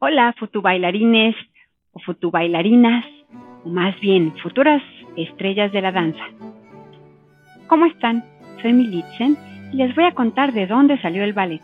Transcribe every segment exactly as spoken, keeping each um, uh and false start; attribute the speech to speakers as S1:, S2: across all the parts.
S1: Hola, futubailarines o futubailarinas, o más bien futuras estrellas de la danza. ¿Cómo están? Soy Militzen y les voy a contar de dónde salió el ballet.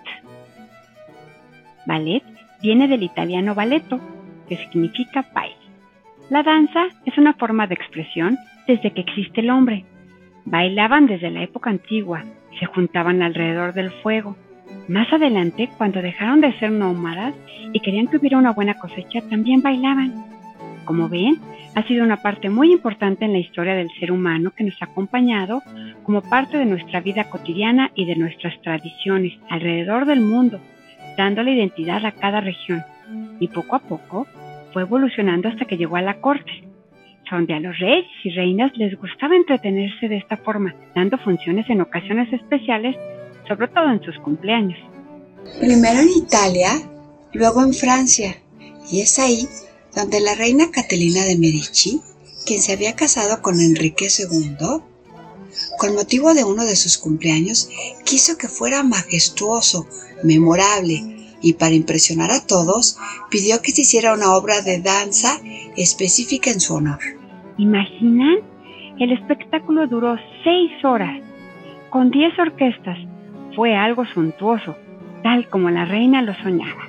S1: Ballet viene del italiano balletto, que significa baile. La danza es una forma de expresión desde que existe el hombre. Bailaban desde la época antigua, se juntaban alrededor del fuego. Más adelante, cuando dejaron de ser nómadas y querían que hubiera una buena cosecha, también bailaban. Como ven, ha sido una parte muy importante en la historia del ser humano que nos ha acompañado como parte de nuestra vida cotidiana y de nuestras tradiciones alrededor del mundo, dándole identidad a cada región. Y poco a poco fue evolucionando hasta que llegó a la corte, donde a los reyes y reinas les gustaba entretenerse de esta forma, dando funciones en ocasiones especiales, sobre todo en sus cumpleaños.
S2: Primero en Italia, luego en Francia, y es ahí donde la reina Catalina de Medici, quien se había casado con Enrique segundo, con motivo de uno de sus cumpleaños, quiso que fuera majestuoso, memorable, y para impresionar a todos, pidió que se hiciera una obra de danza específica en su honor.
S1: ¿Imaginan? El espectáculo duró seis horas, con diez orquestas. Fue algo suntuoso, tal como la reina lo soñaba.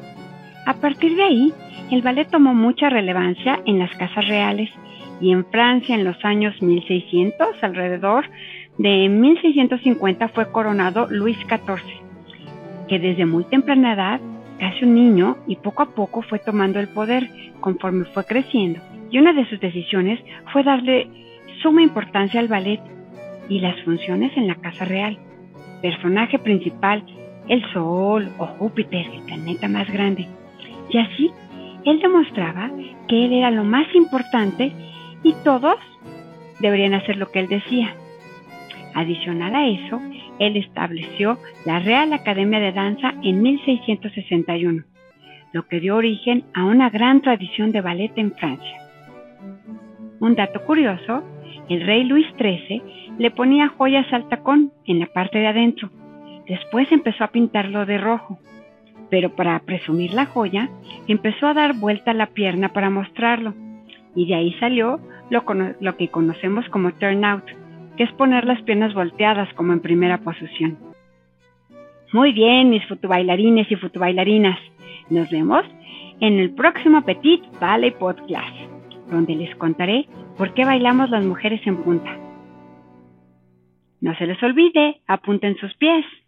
S1: A partir de ahí, el ballet tomó mucha relevancia en las casas reales y en Francia en los años mil seiscientos, alrededor de mil seiscientos cincuenta, fue coronado Luis catorce, que desde muy temprana edad, casi un niño, y poco a poco fue tomando el poder conforme fue creciendo. Y una de sus decisiones fue darle suma importancia al ballet y las funciones en la casa real. Personaje principal, el Sol o Júpiter, el planeta más grande. Y así, él demostraba que él era lo más importante y todos deberían hacer lo que él decía. Adicional a eso, él estableció la Real Academia de Danza en mil seiscientos sesenta y uno, lo que dio origen a una gran tradición de ballet en Francia. Un dato curioso, el rey Luis trece le ponía joyas al tacón en la parte de adentro. Después empezó a pintarlo de rojo, pero para presumir la joya, empezó a dar vuelta a la pierna para mostrarlo, y de ahí salió lo, lo que conocemos como turnout, que es poner las piernas volteadas como en primera posición. Muy bien, mis futubailarines y futubailarinas, nos vemos en el próximo Petit Ballet Podcast, donde les contaré por qué bailamos las mujeres en punta. No se les olvide, apunten sus pies.